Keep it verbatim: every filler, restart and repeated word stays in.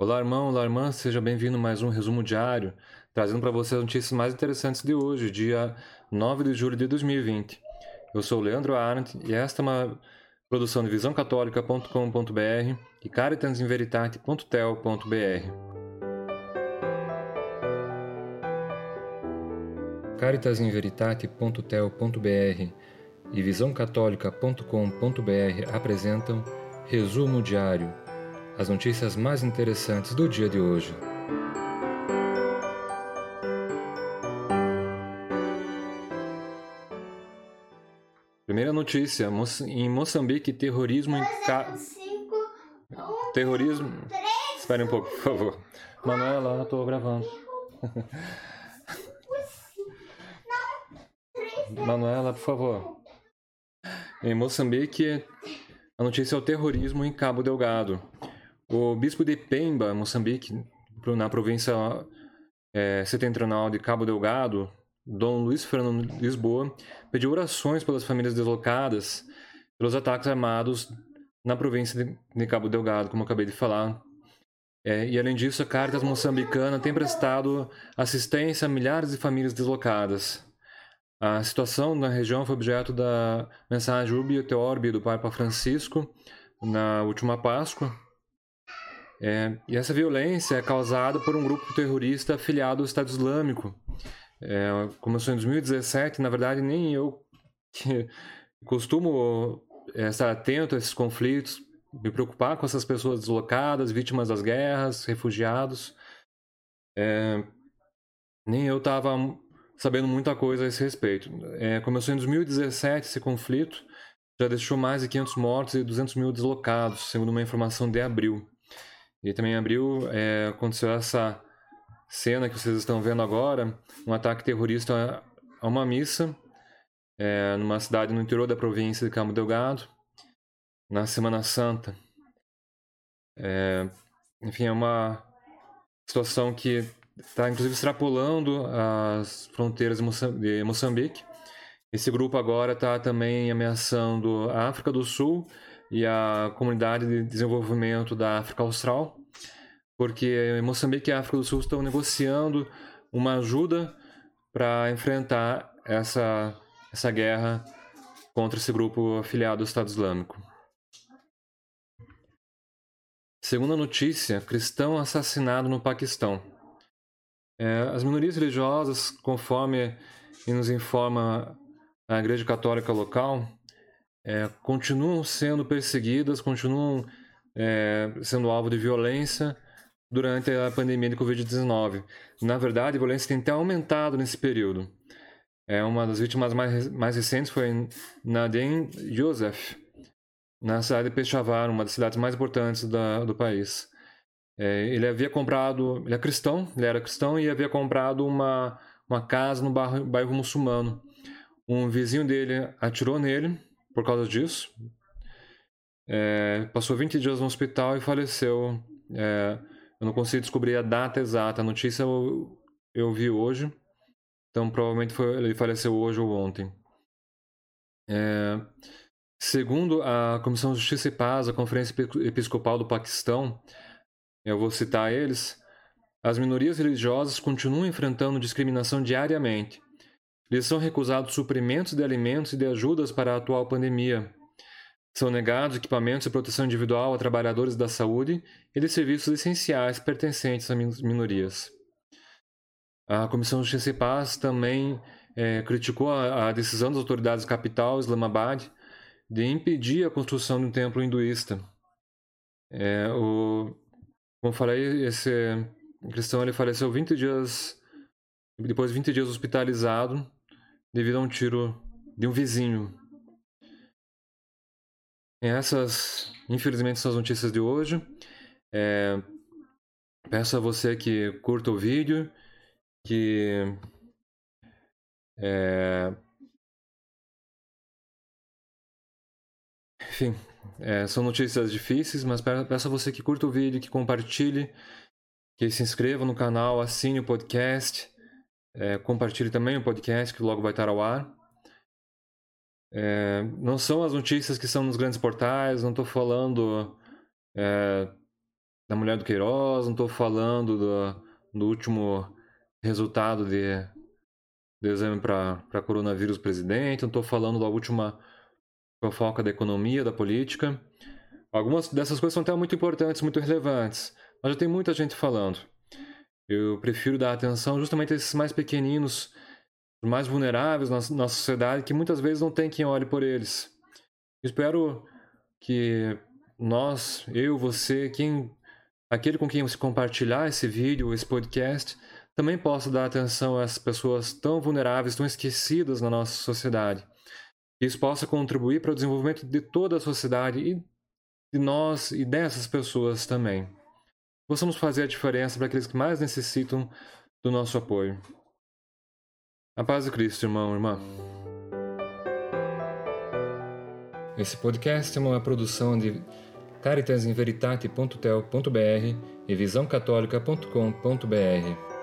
Olá, irmão, olá, irmã, seja bem-vindo a mais um resumo diário, trazendo para você as notícias mais interessantes de hoje, dia nove de julho de dois mil e vinte. Eu sou o Leandro Arendt e esta é uma produção de visão católica ponto com ponto b r e caritas in veritate ponto tel ponto b r. caritas in veritate ponto tel ponto b r e visão católica ponto com ponto b r apresentam Resumo Diário, as notícias mais interessantes do dia de hoje. Primeira notícia, em Moçambique, terrorismo em ca... Terrorismo... Espere um pouco, por favor. Manuela, eu tô gravando. Manuela, por favor. Em Moçambique, a notícia é o terrorismo em Cabo Delgado. O bispo de Pemba, Moçambique, na província é, setentrional de Cabo Delgado, Dom Luiz Fernando Lisboa, pediu orações pelas famílias deslocadas pelos ataques armados na província de Cabo Delgado, como eu acabei de falar. É, e, além disso, a Caritas moçambicana tem prestado assistência a milhares de famílias deslocadas. A situação na região foi objeto da mensagem Urbi et Orbi do Papa Francisco na última Páscoa. É, e essa violência é causada por um grupo terrorista afiliado ao Estado Islâmico. É, começou em dois mil e dezessete, na verdade nem eu que costumo é, estar atento a esses conflitos, me preocupar com essas pessoas deslocadas, vítimas das guerras, refugiados. É, nem eu estava sabendo muita coisa a esse respeito. É, começou em dois mil e dezessete esse conflito, já deixou mais de quinhentos mortos e duzentos mil deslocados, segundo uma informação de abril. E também em abril é, aconteceu essa cena que vocês estão vendo agora, um ataque terrorista a uma missa, é, numa cidade no interior da província de Cabo Delgado, na Semana Santa. É, enfim, é uma situação que está inclusive extrapolando as fronteiras de Moçambique. Esse grupo agora está também ameaçando a África do Sul e a Comunidade de Desenvolvimento da África Austral, porque Moçambique e a África do Sul estão negociando uma ajuda para enfrentar essa, essa guerra contra esse grupo afiliado ao Estado Islâmico. Segunda notícia, cristão assassinado no Paquistão. É, as minorias religiosas, conforme nos informa a Igreja Católica local, é, continuam sendo perseguidas, continuam é, sendo alvo de violência durante a pandemia de covid dezenove. Na verdade, a violência tem até aumentado nesse período. É, uma das vítimas mais, mais recentes foi Nadim Youssef, na cidade de Peshawar, uma das cidades mais importantes da, do país. É, ele havia comprado, ele é cristão, ele era cristão e havia comprado uma, uma casa no bairro, bairro muçulmano. Um vizinho dele atirou nele por causa disso. É, passou vinte dias no hospital e faleceu. É, eu não consigo descobrir a data exata. A notícia eu, eu vi hoje. Então, provavelmente foi, ele faleceu hoje ou ontem. É, segundo a Comissão de Justiça e Paz, a Conferência Episcopal do Paquistão, eu vou citar eles, as minorias religiosas continuam enfrentando discriminação diariamente. Eles são recusados suprimentos de alimentos e de ajudas para a atual pandemia. São negados equipamentos de proteção individual a trabalhadores da saúde e de serviços essenciais pertencentes a minorias. A Comissão de Justiça e Paz também é, criticou a, a decisão das autoridades da capital, Islamabad, de impedir a construção de um templo hinduísta. É, o, como eu falei, esse cristão ele faleceu vinte dias, depois de vinte dias hospitalizado, devido a um tiro de um vizinho. Essas, infelizmente, são as notícias de hoje. É, peço a você que curta o vídeo, que é, enfim, é, são notícias difíceis, mas peço a você que curta o vídeo, que compartilhe, que se inscreva no canal, assine o podcast, é, compartilhe também o podcast, que logo vai estar ao ar. É, não são as notícias que são nos grandes portais, não estou falando é, da mulher do Queiroz, não estou falando do, do último resultado de, de exame para coronavírus presidente, não estou falando da última fofoca da economia, da política. Algumas dessas coisas são até muito importantes, muito relevantes, mas já tem muita gente falando. Eu prefiro dar atenção justamente a esses mais pequeninos, os mais vulneráveis na nossa sociedade, que muitas vezes não tem quem olhe por eles. Espero que nós, eu, você, quem, aquele com quem você compartilhar esse vídeo, esse podcast, também possa dar atenção a essas pessoas tão vulneráveis, tão esquecidas na nossa sociedade. Que isso possa contribuir para o desenvolvimento de toda a sociedade e de nós e dessas pessoas também. Possamos fazer a diferença para aqueles que mais necessitam do nosso apoio. A paz de Cristo, irmão, irmã. Esse podcast é uma produção de caritas in veritate ponto tel ponto br e visão católica ponto com ponto br.